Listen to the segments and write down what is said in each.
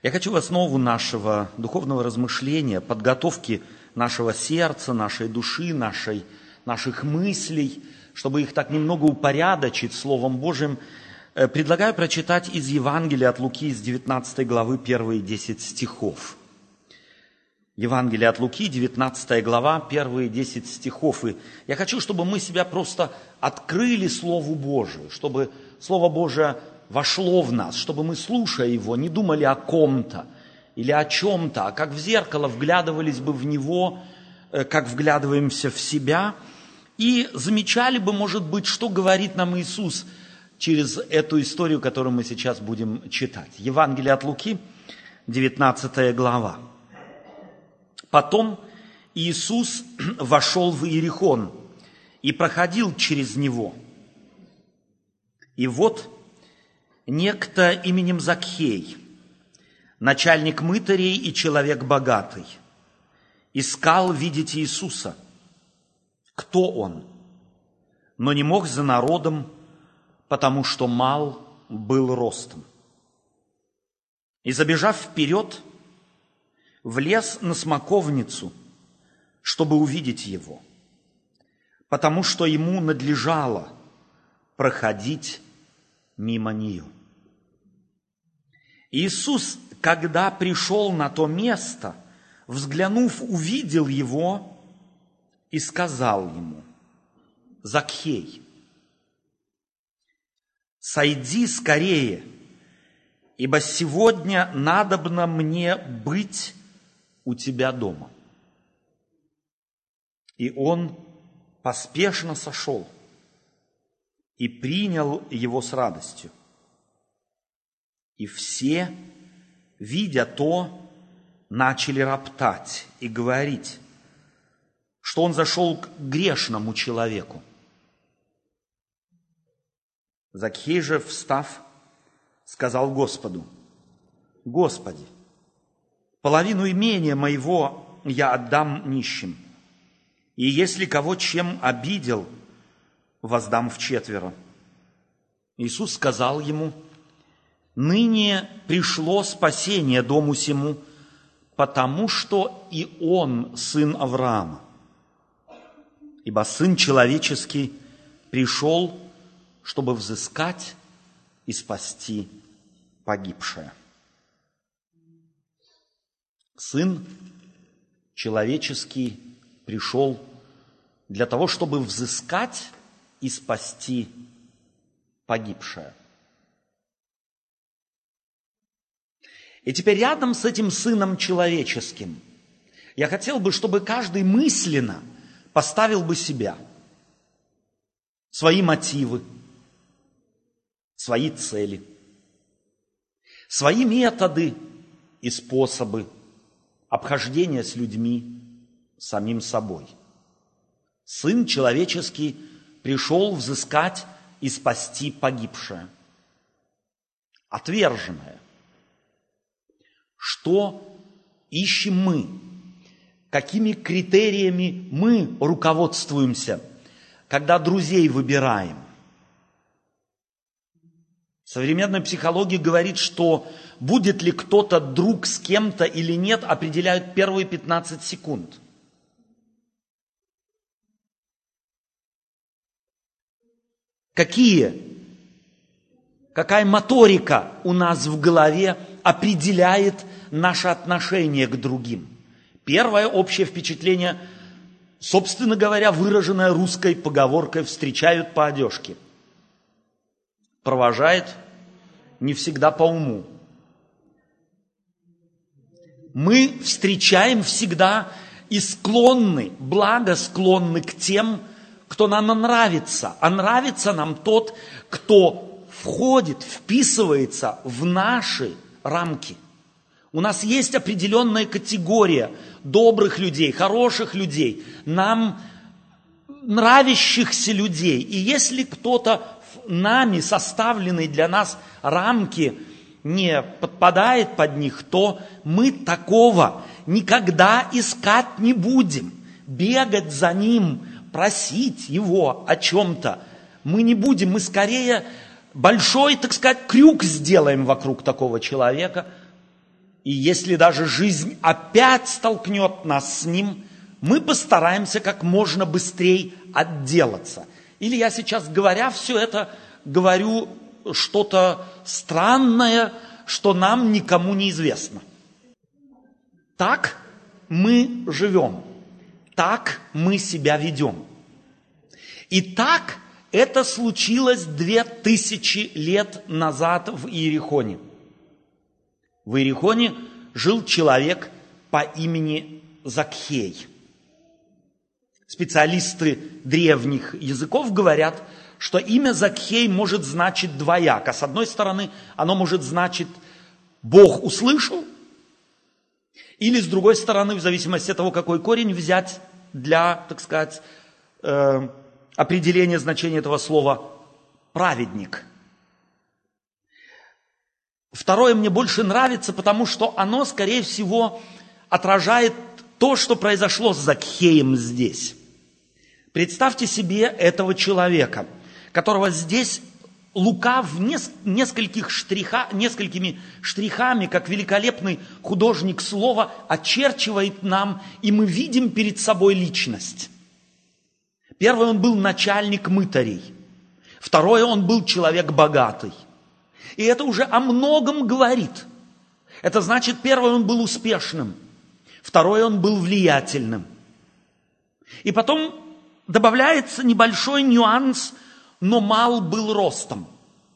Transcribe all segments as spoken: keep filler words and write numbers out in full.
Я хочу в основу нашего духовного размышления, подготовки нашего сердца, нашей души, нашей, наших мыслей, чтобы их так немного упорядочить Словом Божьим, предлагаю прочитать из Евангелия от Луки, из девятнадцатой главы, первые десять стихов. Евангелие от Луки, девятнадцатая глава, первые десять стихов. И я хочу, чтобы мы себя просто открыли Слову Божию, чтобы Слово Божие вошло в нас, чтобы мы, слушая его, не думали о ком-то или о чем-то, а как в зеркало вглядывались бы в него, как вглядываемся в себя, и замечали бы, может быть, что говорит нам Иисус через эту историю, которую мы сейчас будем читать. Евангелие от Луки, девятнадцатая глава. Потом Иисус вошел в Иерихон и проходил через него. И вот некто именем Закхей, начальник мытарей и человек богатый, искал видеть Иисуса. Кто он? Но не мог за народом, потому что мал был ростом. И, забежав вперед, влез на смоковницу, чтобы увидеть его, потому что ему надлежало проходить мимо нее. Иисус, когда пришел на то место, взглянув, увидел его и сказал ему: «Закхей, сойди скорее, ибо сегодня надобно мне быть у тебя дома». И он поспешно сошел и принял его с радостью. И все, видя то, начали роптать и говорить, что он зашел к грешному человеку. Закхей же, встав, сказал Господу: «Господи, половину имения моего я отдам нищим, и если кого чем обидел, воздам вчетверо». Иисус сказал ему: «Ныне пришло спасение дому сему, потому что и он сын Авраама. Ибо Сын Человеческий пришел, чтобы взыскать и спасти погибшее». Сын Человеческий пришел для того, чтобы взыскать и спасти погибшее. И теперь рядом с этим Сыном Человеческим я хотел бы, чтобы каждый мысленно поставил бы себя, свои мотивы, свои цели, свои методы и способы обхождения с людьми, самим собой. Сын Человеческий пришел взыскать и спасти погибшее, отверженное. Что ищем мы? Какими критериями мы руководствуемся, когда друзей выбираем? Современная психология говорит, что будет ли кто-то друг с кем-то или нет, определяют первые пятнадцать секунд. Какие? Какая моторика у нас в голове определяет наше отношение к другим? Первое общее впечатление, собственно говоря, выраженное русской поговоркой «встречают по одежке». Провожает не всегда по уму. Мы встречаем всегда и склонны, благосклонны к тем, кто нам нравится. А нравится нам тот, кто входит, вписывается в наши рамки. У нас есть определенная категория добрых людей, хороших людей, нам нравящихся людей. И если кто-то в нами составленные для нас рамки не подпадает под них, то мы такого никогда искать не будем. Бегать за ним, просить его о чем-то мы не будем. Мы скорее большой, так сказать, крюк сделаем вокруг такого человека И если даже жизнь опять столкнет нас с ним, мы постараемся как можно быстрее отделаться. Или я сейчас, говоря все это, говорю что-то странное, что нам никому не известно. Так мы живем, так мы себя ведем. И так это случилось две тысячи лет назад в Иерихоне. В Иерихоне жил человек по имени Закхей. Специалисты древних языков говорят, что имя Закхей может значить двояко. С одной стороны, оно может значить «Бог услышал», или с другой стороны, в зависимости от того, какой корень взять для, так сказать, э, определения значения этого слова «праведник». Второе мне больше нравится, потому что оно, скорее всего, отражает то, что произошло с Закхеем здесь. Представьте себе этого человека, которого здесь Лука в нескольких штриха, несколькими штрихами, как великолепный художник слова, очерчивает нам, и мы видим перед собой личность. Первый, он был начальник мытарей. Второе, он был человек богатый. И это уже о многом говорит. Это значит, первый, он был успешным. Второе, он был влиятельным. И потом добавляется небольшой нюанс, но мал был ростом.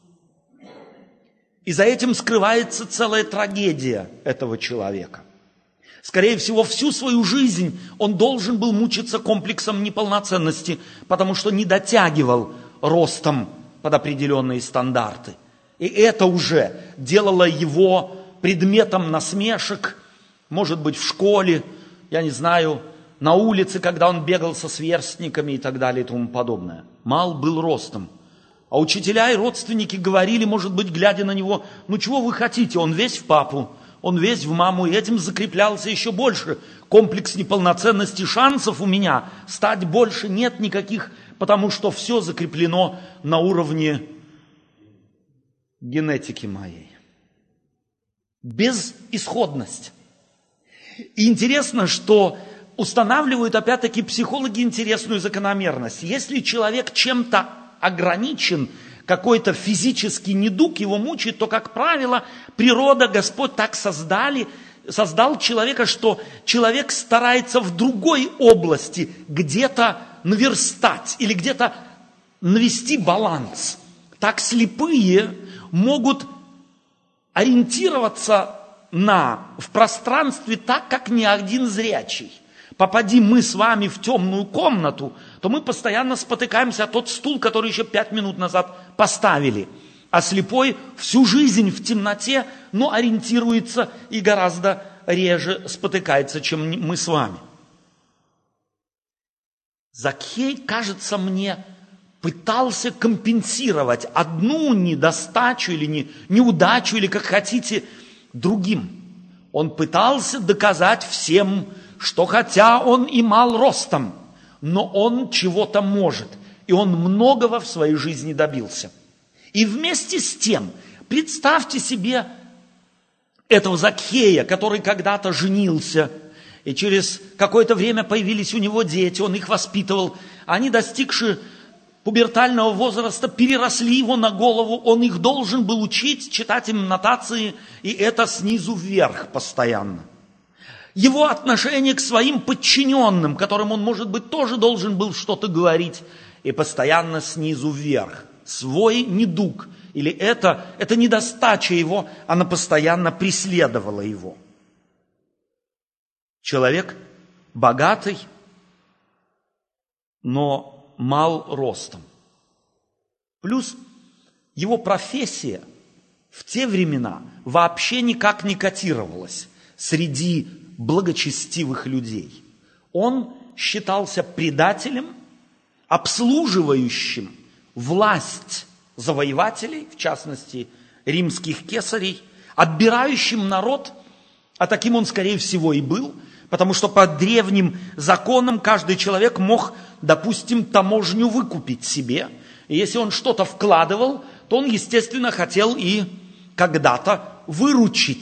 И за этим скрывается целая трагедия этого человека. Скорее всего, всю свою жизнь он должен был мучиться комплексом неполноценности, потому что не дотягивал ростом под определенные стандарты. И это уже делало его предметом насмешек, может быть, в школе, я не знаю, на улице, когда он бегал со сверстниками и так далее и тому подобное. Мал был ростом. А учителя и родственники говорили, может быть, глядя на него, ну чего вы хотите, он весь в папу, он весь в маму, и этим закреплялся еще больше. Комплекс неполноценности, шансов у меня стать больше нет никаких, потому что все закреплено на уровне генетики моей. Безысходность. И интересно, что устанавливают опять-таки психологи интересную закономерность. Если человек чем-то ограничен, какой-то физический недуг его мучает, то, как правило, природа, Господь так создали, создал человека, что человек старается в другой области где-то наверстать или где-то навести баланс. Так слепые могут ориентироваться на, в пространстве так, как ни один зрячий. Попади мы с вами в темную комнату, то мы постоянно спотыкаемся о тот стул, который еще пять минут назад поставили. А слепой всю жизнь в темноте, но ориентируется и гораздо реже спотыкается, чем мы с вами. Закхей, кажется мне, пытался компенсировать одну недостачу или не, неудачу, или как хотите, другим. Он пытался доказать всем, что хотя он и мал ростом, но он чего-то может, и он многого в своей жизни добился. И вместе с тем, представьте себе этого Закхея, который когда-то женился, и через какое-то время появились у него дети, он их воспитывал, они, достигшие пубертального возраста, переросли его на голову, он их должен был учить, читать им нотации, и это снизу вверх постоянно. Его отношение к своим подчиненным, которым он, может быть, тоже должен был что-то говорить, и постоянно снизу вверх. Свой недуг, или это, это недостача его, она постоянно преследовала его. Человек богатый, но мал ростом. Плюс его профессия в те времена вообще никак не котировалась среди благочестивых людей. Он считался предателем, обслуживающим власть завоевателей, в частности, римских кесарей, отбирающим народ, а таким он, скорее всего, и был, потому что по древним законам каждый человек мог, допустим, таможню выкупить себе. И если он что-то вкладывал, то он, естественно, хотел и когда-то выручить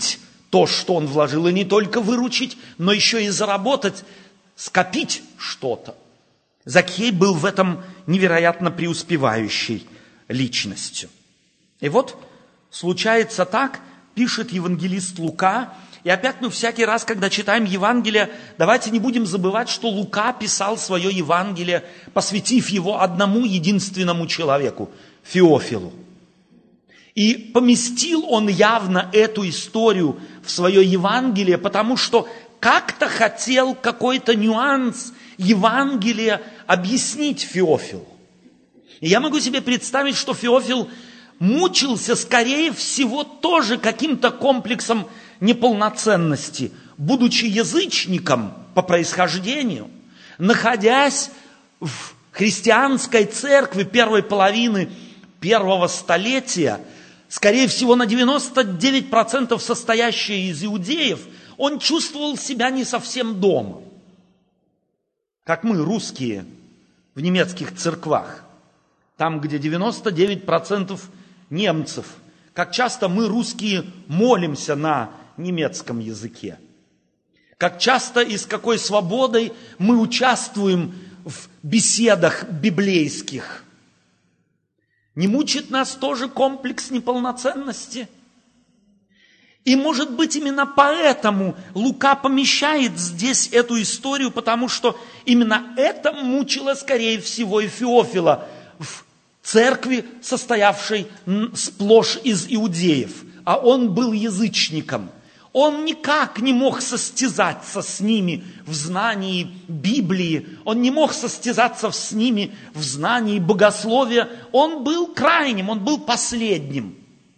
то, что он вложил, и не только выручить, но еще и заработать, скопить что-то. Закхей был в этом невероятно преуспевающей личностью. И вот случается так, пишет евангелист Лука, и опять мы всякий раз, когда читаем Евангелие, давайте не будем забывать, что Лука писал свое Евангелие, посвятив его одному единственному человеку, Феофилу. И поместил он явно эту историю в свое Евангелие, потому что как-то хотел какой-то нюанс Евангелия объяснить Феофилу. И я могу себе представить, что Феофил мучился, скорее всего, тоже каким-то комплексом неполноценности, будучи язычником по происхождению, находясь в христианской церкви первой половины первого столетия, скорее всего, на девяносто девять процентов состоящей из иудеев, он чувствовал себя не совсем дома. Как мы, русские, в немецких церквах, там, где девяносто девять процентов немцев, как часто мы, русские, молимся на немецком языке. Как часто и с какой свободой мы участвуем в беседах библейских. Не мучит нас тоже комплекс неполноценности? И, может быть, именно поэтому Лука помещает здесь эту историю, потому что именно это мучило, скорее всего, и Феофила в церкви, состоявшей сплошь из иудеев, а он был язычником. Он никак не мог состязаться с ними в знании Библии, он не мог состязаться с ними в знании богословия, он был крайним, он был последним.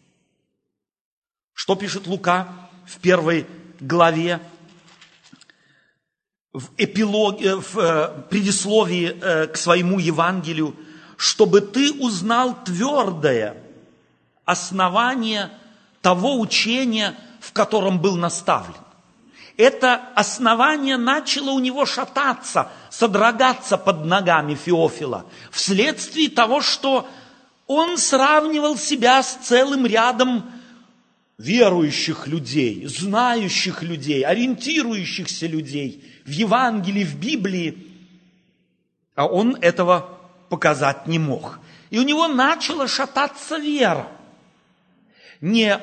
Что пишет Лука в первой главе, в эпилоге, в предисловии к своему Евангелию? Чтобы ты узнал твердое основание того учения, в котором был наставлен. Это основание начало у него шататься, содрогаться под ногами Феофила, вследствие того, что он сравнивал себя с целым рядом верующих людей, знающих людей, ориентирующихся людей в Евангелии, в Библии, а он этого показать не мог. И у него начала шататься вера. Не,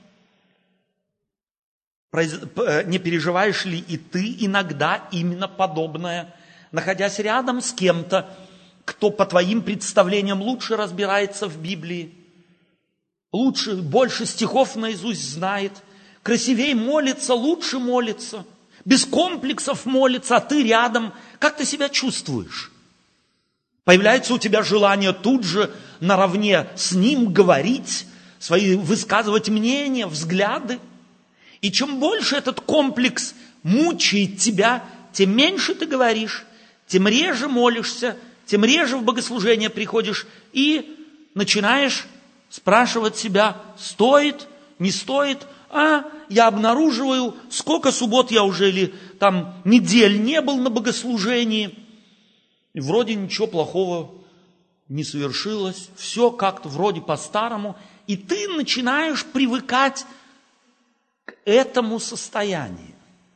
не переживаешь ли и ты иногда именно подобное, находясь рядом с кем-то, кто по твоим представлениям лучше разбирается в Библии, лучше, больше стихов наизусть знает, красивее молится, лучше молится, без комплексов молится, а ты рядом. Как ты себя чувствуешь? Появляется у тебя желание тут же наравне с ним говорить, свои, высказывать мнения, взгляды. И чем больше этот комплекс мучает тебя, тем меньше ты говоришь, тем реже молишься, тем реже в богослужение приходишь и начинаешь спрашивать себя, стоит, не стоит. А я обнаруживаю, сколько суббот я уже или там недель не был на богослужении, и вроде ничего плохого не совершилось, все как-то вроде по-старому, и ты начинаешь привыкать к этому состоянию.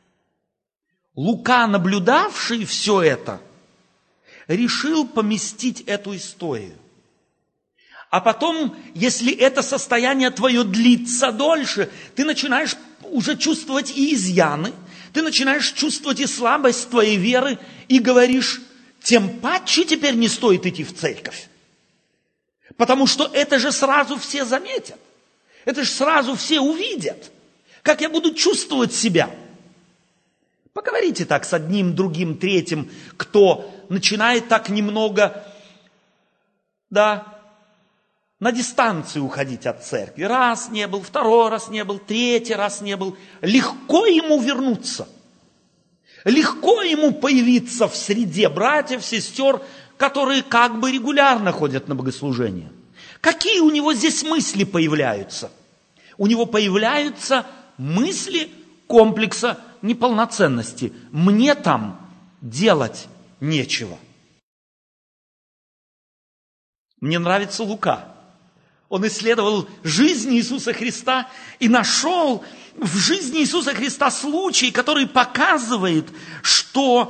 Лука, наблюдавший все это, решил поместить эту историю. А потом, если это состояние твое длится дольше, ты начинаешь уже чувствовать и изъяны, ты начинаешь чувствовать и слабость твоей веры, и говоришь, тем паче теперь не стоит идти в церковь. Потому что это же сразу все заметят. Это же сразу все увидят. Как я буду чувствовать себя? Поговорите так с одним, другим, третьим, кто начинает так немного, да, на дистанцию уходить от церкви. Раз не был, второй раз не был, третий раз не был. Легко ему вернуться. Легко ему появиться в среде братьев, сестер, которые как бы регулярно ходят на богослужение. Какие у него здесь мысли появляются? У него появляются мысли комплекса неполноценности. Мне там делать нечего. Мне нравится Лука. Он исследовал жизнь Иисуса Христа и нашел в жизни Иисуса Христа случай, который показывает, что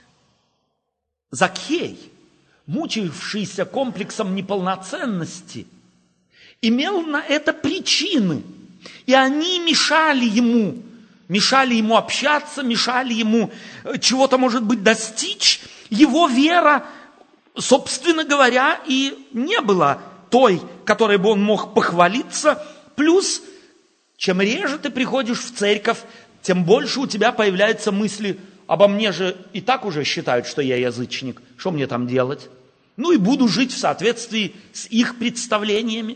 Закхей, мучившийся комплексом неполноценности, имел на это причины, и они мешали ему, мешали ему общаться, мешали ему чего-то, может быть, достичь. Его вера, собственно говоря, и не была той, которой бы он мог похвалиться. Плюс, чем реже ты приходишь в церковь, тем больше у тебя появляются мысли: обо мне же и так уже считают, что я язычник, что мне там делать? Ну и буду жить в соответствии с их представлениями.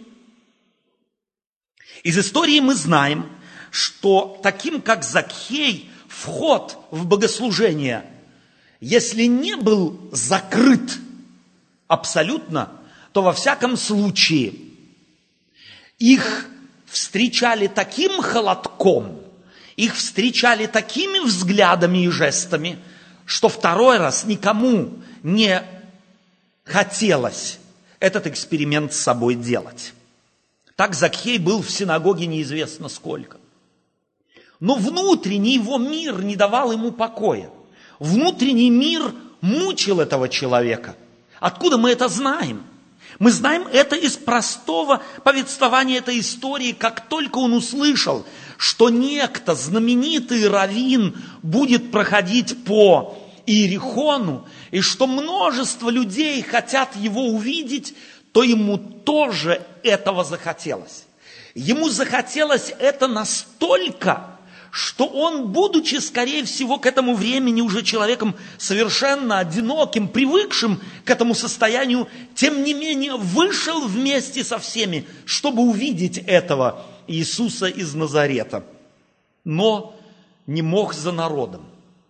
Из истории мы знаем, что таким, как Закхей, вход в богослужение, если не был закрыт абсолютно, то во всяком случае их встречали таким холодком, их встречали такими взглядами и жестами, что второй раз никому не хотелось этот эксперимент с собой делать. Так Закхей был в синагоге неизвестно сколько. Но внутренний его мир не давал ему покоя. Внутренний мир мучил этого человека. Откуда мы это знаем? Мы знаем это из простого повествования этой истории. Как только он услышал, что некто, знаменитый раввин, будет проходить по Иерихону, и что множество людей хотят его увидеть, то ему тоже этого захотелось. Ему захотелось это настолько, что он, будучи, скорее всего, к этому времени уже человеком совершенно одиноким, привыкшим к этому состоянию, тем не менее вышел вместе со всеми, чтобы увидеть этого Иисуса из Назарета. Но не мог за народом.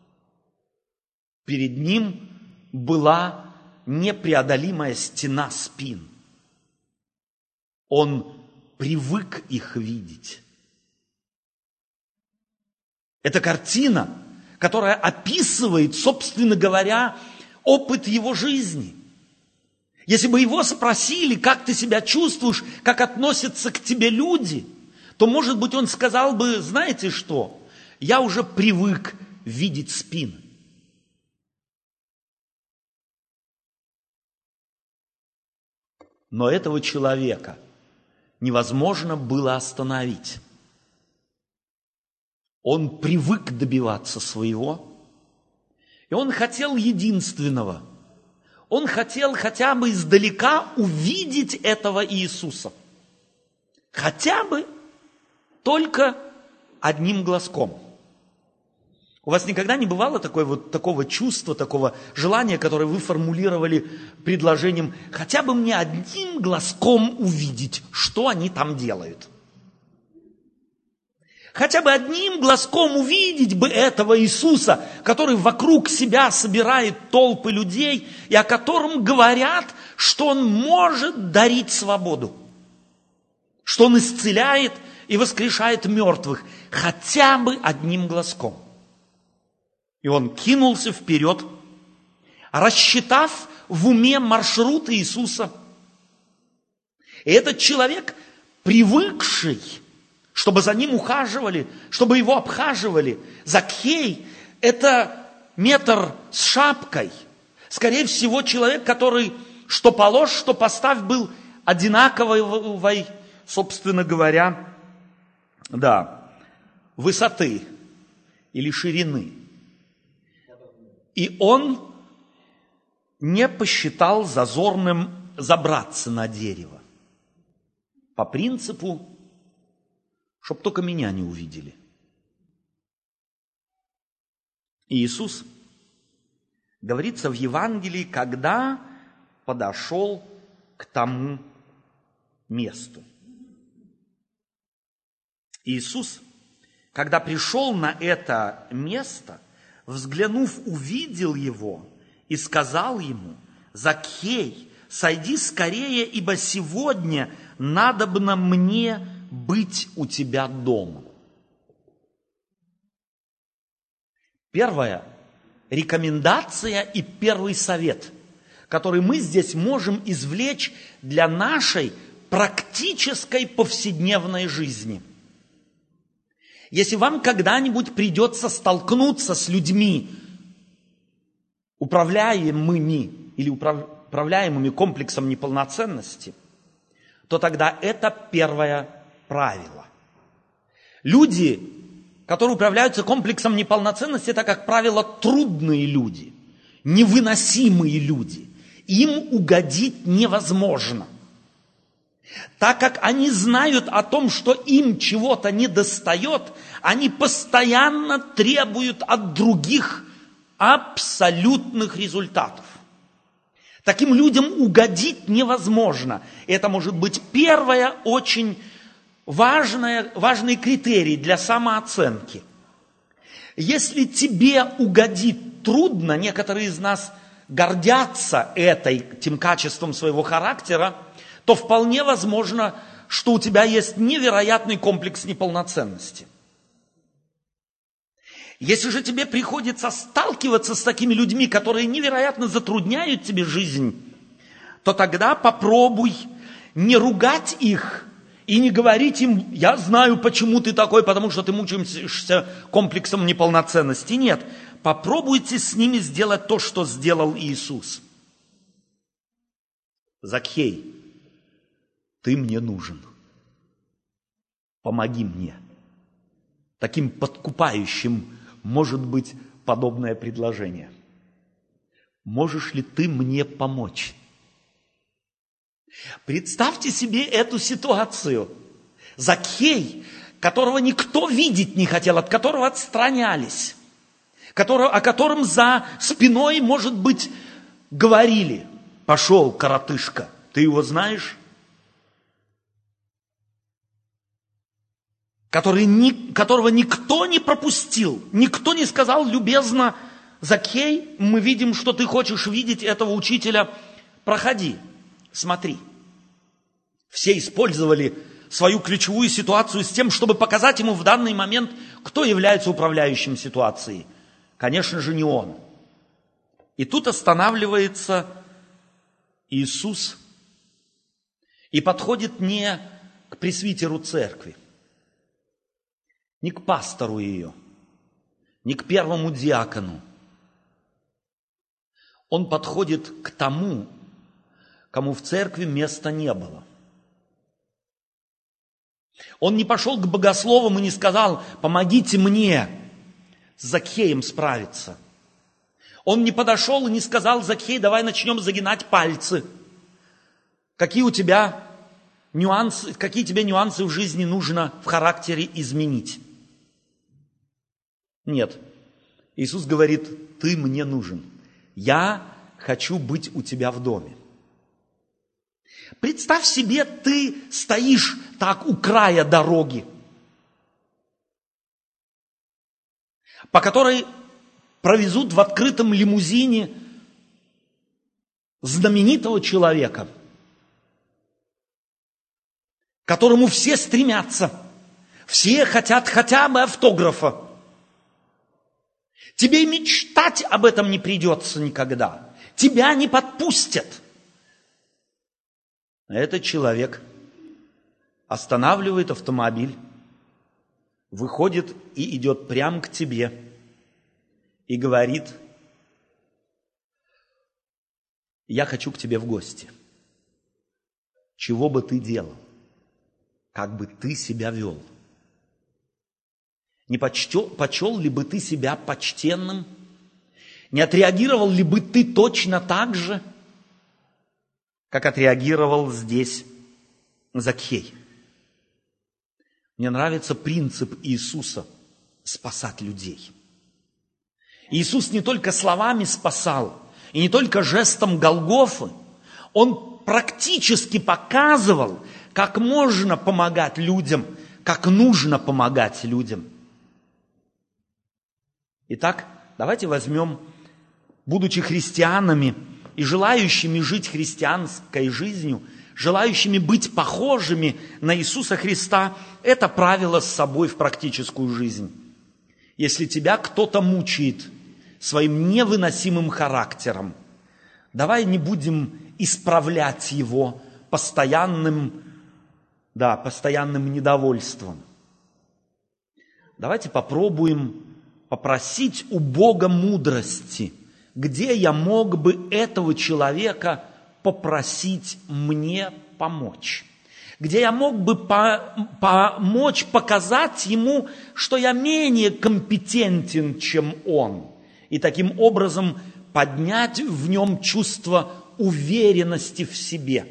Перед ним была непреодолимая стена спин. Он привык их видеть. Это картина, которая описывает, собственно говоря, опыт его жизни. Если бы его спросили, как ты себя чувствуешь, как относятся к тебе люди, то, может быть, он сказал бы: знаете что, я уже привык видеть спины. Но этого человека невозможно было остановить. Он привык добиваться своего, и он хотел единственного. Он хотел хотя бы издалека увидеть этого Иисуса. Хотя бы только одним глазком. У вас никогда не бывало такое, вот, такого чувства, такого желания, которое вы формулировали предложением: хотя бы мне одним глазком увидеть, что они там делают? Хотя бы одним глазком увидеть бы этого Иисуса, который вокруг себя собирает толпы людей, и о котором говорят, что Он может дарить свободу, что Он исцеляет и воскрешает мертвых, хотя бы одним глазком. И он кинулся вперед, рассчитав в уме маршрут Иисуса. И этот человек, привыкший, чтобы за ним ухаживали, чтобы его обхаживали. Закхей – это метр с шапкой. Скорее всего, человек, который что положь, что поставь, был одинаковой, собственно говоря, да, высоты или ширины. И он не посчитал зазорным забраться на дерево. По принципу, чтоб только меня не увидели. И Иисус, говорится в Евангелии, когда подошел к тому месту. Иисус, когда пришел на это место, взглянув, увидел его и сказал ему: «Закхей, сойди скорее, ибо сегодня надобно мне быть у тебя дома». Первая рекомендация и первый совет, который мы здесь можем извлечь для нашей практической повседневной жизни. Если вам когда-нибудь придется столкнуться с людьми, управляемыми или управляемыми комплексом неполноценности, то тогда это первое правило. Люди, которые управляются комплексом неполноценности, это, как правило, трудные люди, невыносимые люди. Им угодить невозможно. Так как они знают о том, что им чего-то недостает, они постоянно требуют от других абсолютных результатов. Таким людям угодить невозможно. Это может быть первое очень важное, важный критерий для самооценки. Если тебе угодить трудно, некоторые из нас гордятся этой, тем качеством своего характера, то вполне возможно, что у тебя есть невероятный комплекс неполноценности. Если же тебе приходится сталкиваться с такими людьми, которые невероятно затрудняют тебе жизнь, то тогда попробуй не ругать их и не говорить им: я знаю, почему ты такой, потому что ты мучаешься комплексом неполноценности. Нет, попробуйте с ними сделать то, что сделал Иисус. Закхей, ты мне нужен. Помоги мне. Таким подкупающим может быть подобное предложение. Можешь ли ты мне помочь? Представьте себе эту ситуацию. Закхей, которого никто видеть не хотел, от которого отстранялись, который, о котором за спиной, может быть, говорили: пошел, коротышка, ты его знаешь? Который, ни, которого никто не пропустил, никто не сказал любезно: Закхей, мы видим, что ты хочешь видеть этого учителя, проходи, смотри. Все использовали свою ключевую ситуацию с тем, чтобы показать ему в данный момент, кто является управляющим ситуацией. Конечно же, не он. И тут останавливается Иисус и подходит не к пресвитеру церкви, не к пастору ее, не к первому диакону. Он подходит к тому, кому в церкви места не было. Он не пошел к богословам и не сказал: помогите мне с Закхеем справиться. Он не подошел и не сказал: Закхей, давай начнем загинать пальцы. Какие у тебя нюансы, какие тебе нюансы в жизни нужно в характере изменить? Нет. Иисус говорит: ты мне нужен. Я хочу быть у тебя в доме. Представь себе, ты стоишь так у края дороги, по которой провезут в открытом лимузине знаменитого человека, к которому все стремятся, все хотят хотя бы автографа. Тебе и мечтать об этом не придется никогда. Тебя не подпустят. Этот человек останавливает автомобиль, выходит и идет прямо к тебе и говорит: я хочу к тебе в гости. Чего бы ты делал? Как бы ты себя вел? Не почтел, почел ли бы ты себя почтенным? Не отреагировал ли бы ты точно так же, как отреагировал здесь Закхей? Мне нравится принцип Иисуса спасать людей. Иисус не только словами спасал, и не только жестом Голгофы, Он практически показывал, как можно помогать людям, как нужно помогать людям. Итак, давайте возьмем, будучи христианами и желающими жить христианской жизнью, желающими быть похожими на Иисуса Христа, это правило с собой в практическую жизнь. Если тебя кто-то мучает своим невыносимым характером, давай не будем исправлять его постоянным да, постоянным недовольством. Давайте попробуем попросить у Бога мудрости, где я мог бы этого человека попросить мне помочь, где я мог бы по- помочь показать ему, что я менее компетентен, чем он, и таким образом поднять в нем чувство уверенности в себе.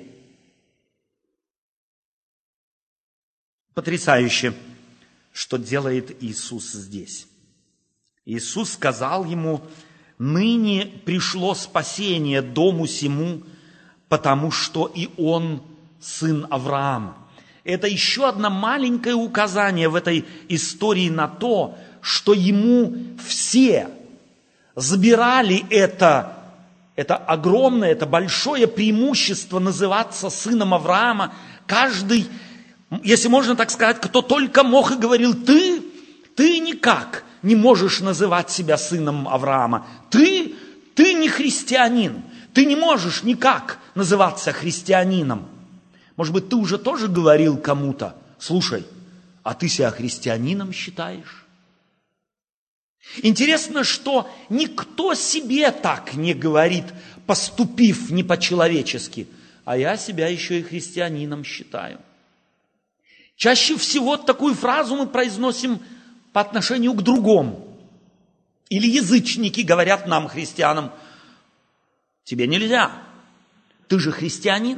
Потрясающе, что делает Иисус здесь. Иисус сказал ему: «Ныне пришло спасение дому сему, потому что и он сын Авраама». Это еще одно маленькое указание в этой истории на то, что ему все забирали это, это огромное, это большое преимущество называться сыном Авраама. Каждый, если можно так сказать, кто только мог и говорил: ты, ты никак не можешь называть себя сыном Авраама. Ты, ты не христианин. Ты не можешь никак называться христианином. Может быть, ты уже тоже говорил кому-то: слушай, а ты себя христианином считаешь? Интересно, что никто себе так не говорит, поступив не по-человечески. А я себя еще и христианином считаю. Чаще всего такую фразу мы произносим по отношению к другому. Или язычники говорят нам, христианам: тебе нельзя, ты же христианин.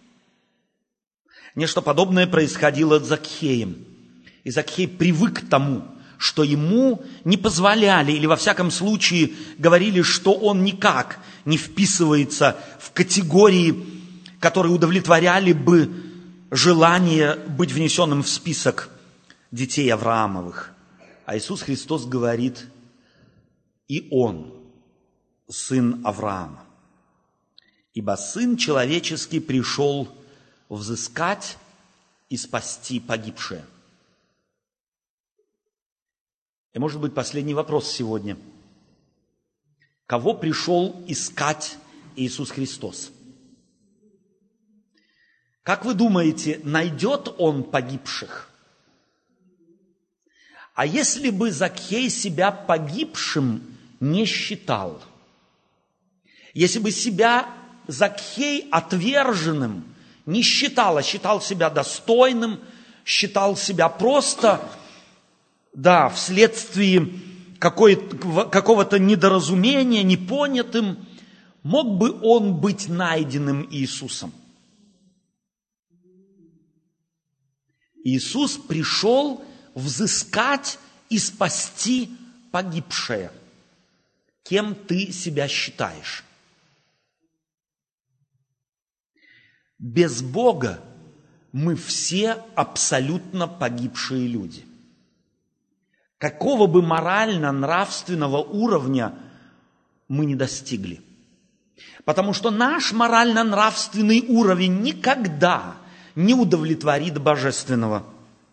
Нечто подобное происходило с Закхеем. И Закхей привык к тому, что ему не позволяли, или во всяком случае говорили, что он никак не вписывается в категории, которые удовлетворяли бы желание быть внесенным в список детей Авраамовых. А Иисус Христос говорит: и он сын Авраама. Ибо Сын Человеческий пришел взыскать и спасти погибшее. И, может быть, последний вопрос сегодня. Кого пришел искать Иисус Христос? Как вы думаете, найдет Он погибших? А если бы Закхей себя погибшим не считал, если бы себя Закхей отверженным не считал, а считал себя достойным, считал себя просто, да, вследствие какого-то недоразумения, непонятым, мог бы он быть найденным Иисусом? Иисус пришел взыскать и спасти погибшее. Кем ты себя считаешь? Без Бога мы все абсолютно погибшие люди. Какого бы морально-нравственного уровня мы не достигли. Потому что наш морально-нравственный уровень никогда не удовлетворит божественного.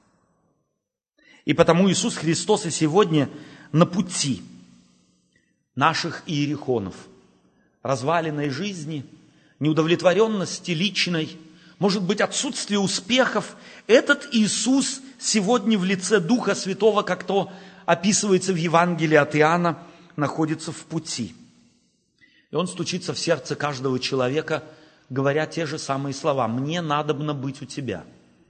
И потому Иисус Христос и сегодня на пути наших иерихонов, разваленной жизни, неудовлетворенности личной, может быть, отсутствие успехов. Этот Иисус сегодня в лице Духа Святого, как то описывается в Евангелии от Иоанна, находится в пути. И Он стучится в сердце каждого человека, говоря те же самые слова: «Мне надобно быть у тебя».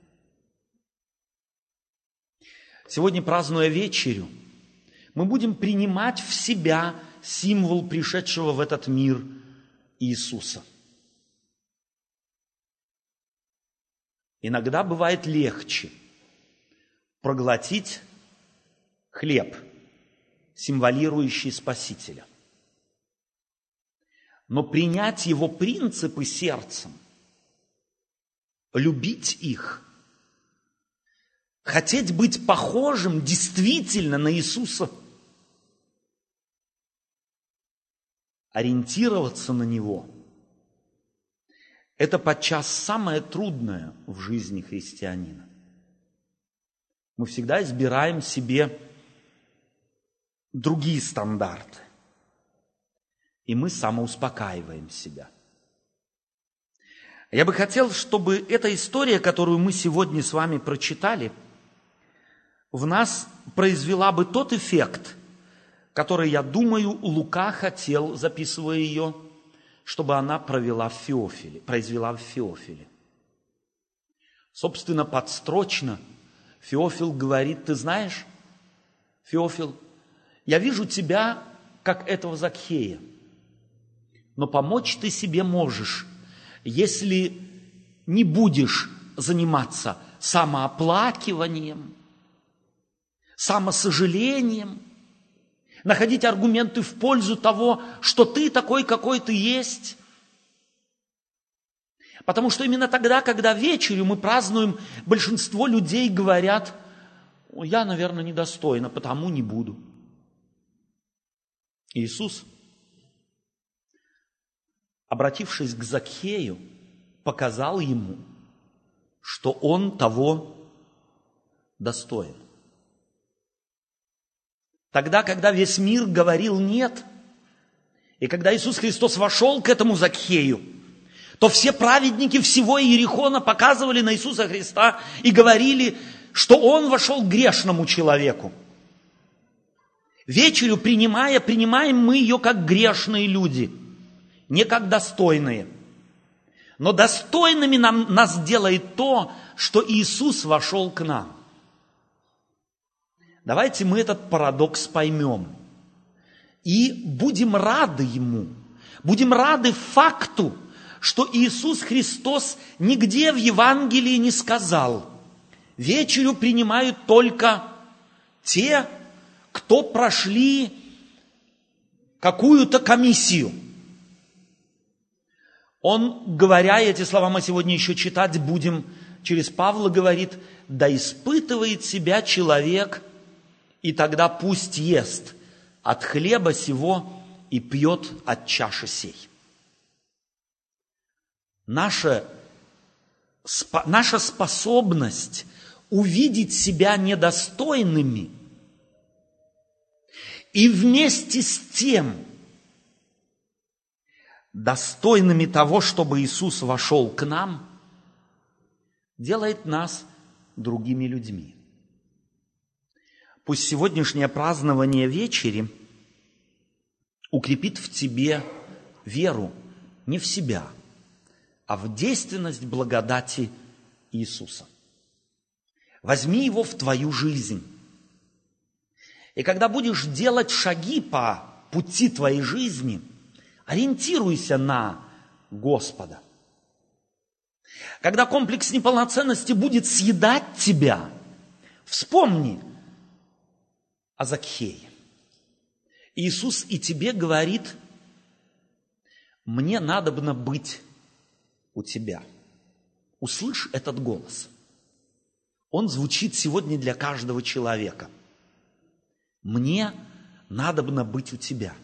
Сегодня, празднуя вечерю, мы будем принимать в себя символ пришедшего в этот мир Иисуса. Иногда бывает легче проглотить хлеб, символирующий Спасителя. Но принять его принципы сердцем, любить их, хотеть быть похожим действительно на Иисуса, ориентироваться на Него – это подчас самое трудное в жизни христианина. Мы всегда избираем себе другие стандарты. И мы самоуспокаиваем себя. Я бы хотел, чтобы эта история, которую мы сегодня с вами прочитали, в нас произвела бы тот эффект, который, я думаю, Лука хотел, записывая ее, чтобы она провела в Феофиле, произвела в Феофиле. Собственно, подстрочно Феофил говорит: ты знаешь, Феофил, я вижу тебя, как этого Закхея, но помочь ты себе можешь, если не будешь заниматься самооплакиванием, самосожалением, находить аргументы в пользу того, что ты такой, какой ты есть. Потому что именно тогда, когда вечерю мы празднуем, большинство людей говорят: я, наверное, недостойна, потому не буду. Иисус, обратившись к Закхею, показал ему, что он того достоин. Тогда, когда весь мир говорил «нет», и когда Иисус Христос вошел к этому Закхею, то все праведники всего Иерихона показывали на Иисуса Христа и говорили, что Он вошел к грешному человеку. Вечерю принимая, принимаем мы ее как грешные люди, не как достойные. Но достойными нам, нас делает то, что Иисус вошел к нам. Давайте мы этот парадокс поймем и будем рады Ему, будем рады факту, что Иисус Христос нигде в Евангелии не сказал: вечерю принимают только те, кто прошли какую-то комиссию. Он, говоря эти слова, мы сегодня еще читать будем, через Павла говорит: да испытывает себя человек, и тогда пусть ест от хлеба сего и пьет от чаши сей. Наша, наша способность увидеть себя недостойными и вместе с тем достойными того, чтобы Иисус вошел к нам, делает нас другими людьми. Пусть сегодняшнее празднование вечери укрепит в тебе веру не в себя, а в действенность благодати Иисуса. Возьми его в твою жизнь. И когда будешь делать шаги по пути твоей жизни, ориентируйся на Господа. Когда комплекс неполноценности будет съедать тебя, вспомни о Закхее. Иисус и тебе говорит: мне надобно быть у тебя. Услышь этот голос. Он звучит сегодня для каждого человека. Мне надобно быть у тебя.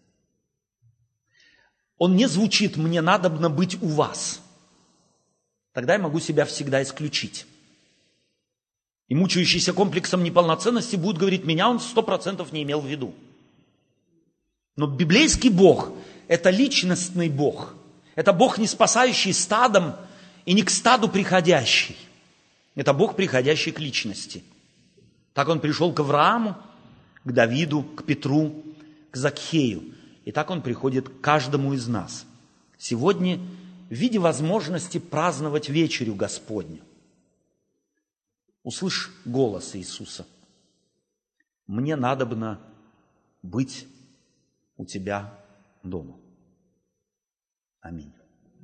Он не звучит: мне надобно быть у вас. Тогда я могу себя всегда исключить. И мучающийся комплексом неполноценности будет говорить: меня он сто процентов не имел в виду. Но библейский Бог – это личностный Бог. Это Бог, не спасающий стадом и не к стаду приходящий. Это Бог, приходящий к личности. Так Он пришел к Аврааму, к Давиду, к Петру, к Закхею. И так Он приходит к каждому из нас. Сегодня в виде возможности праздновать вечерю Господню. Услышь голос Иисуса: мне надобно быть у тебя дома. Аминь.